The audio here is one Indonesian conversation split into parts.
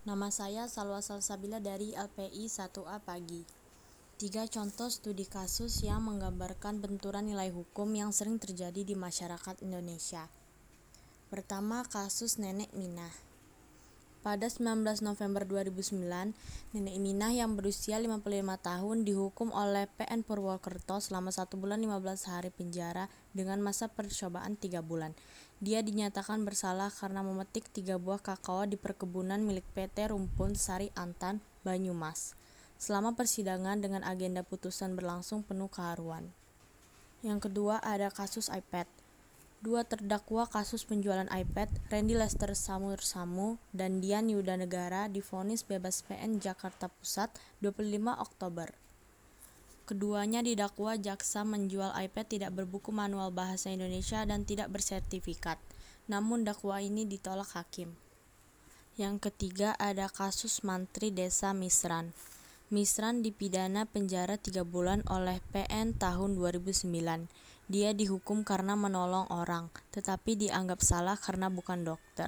Nama saya Salwa Salsabila dari LPI 1A Pagi. 3 contoh studi kasus yang menggambarkan benturan nilai hukum yang sering terjadi di masyarakat Indonesia. Pertama, kasus Nenek Minah. Pada 19 November 2009, Nenek Minah yang berusia 55 tahun dihukum oleh PN Purwokerto selama 1 bulan 15 hari penjara dengan masa percobaan 3 bulan. Dia dinyatakan bersalah karena memetik 3 buah kakao di perkebunan milik PT Rumpun Sari Antan, Banyumas. Selama persidangan dengan agenda putusan berlangsung penuh keharuan. Yang kedua, ada kasus iPad. 2 terdakwa kasus penjualan iPad, Randy Lester Samursamu dan Dian Yudanegara divonis bebas PN Jakarta Pusat 25 Oktober. Keduanya didakwa jaksa menjual iPad tidak berbuku manual bahasa Indonesia dan tidak bersertifikat. Namun dakwa ini ditolak hakim. Yang ketiga, ada kasus Mantri Desa Misran. Misran dipidana penjara 3 bulan oleh PN tahun 2009. Dia dihukum karena menolong orang, tetapi dianggap salah karena bukan dokter.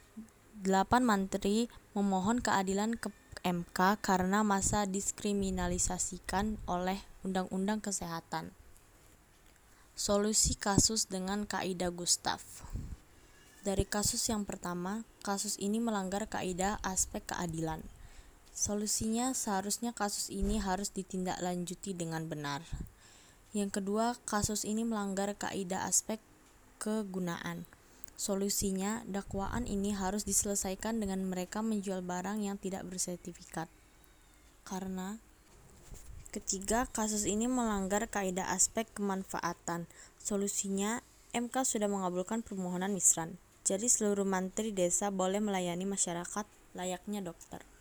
8 mantri memohon keadilan ke MK karena masa diskriminalisasikan oleh Undang-Undang Kesehatan. Solusi kasus dengan kaidah Gustaf. Dari kasus yang pertama, kasus ini melanggar kaidah aspek keadilan. Solusinya seharusnya kasus ini harus ditindaklanjuti dengan benar. Yang kedua, kasus ini melanggar kaidah aspek kegunaan. Solusinya, dakwaan ini harus diselesaikan dengan mereka menjual barang yang tidak bersertifikat. Karena ketiga, kasus ini melanggar kaidah aspek kemanfaatan. Solusinya, MK sudah mengabulkan permohonan Misran. Jadi seluruh mantri desa boleh melayani masyarakat layaknya dokter.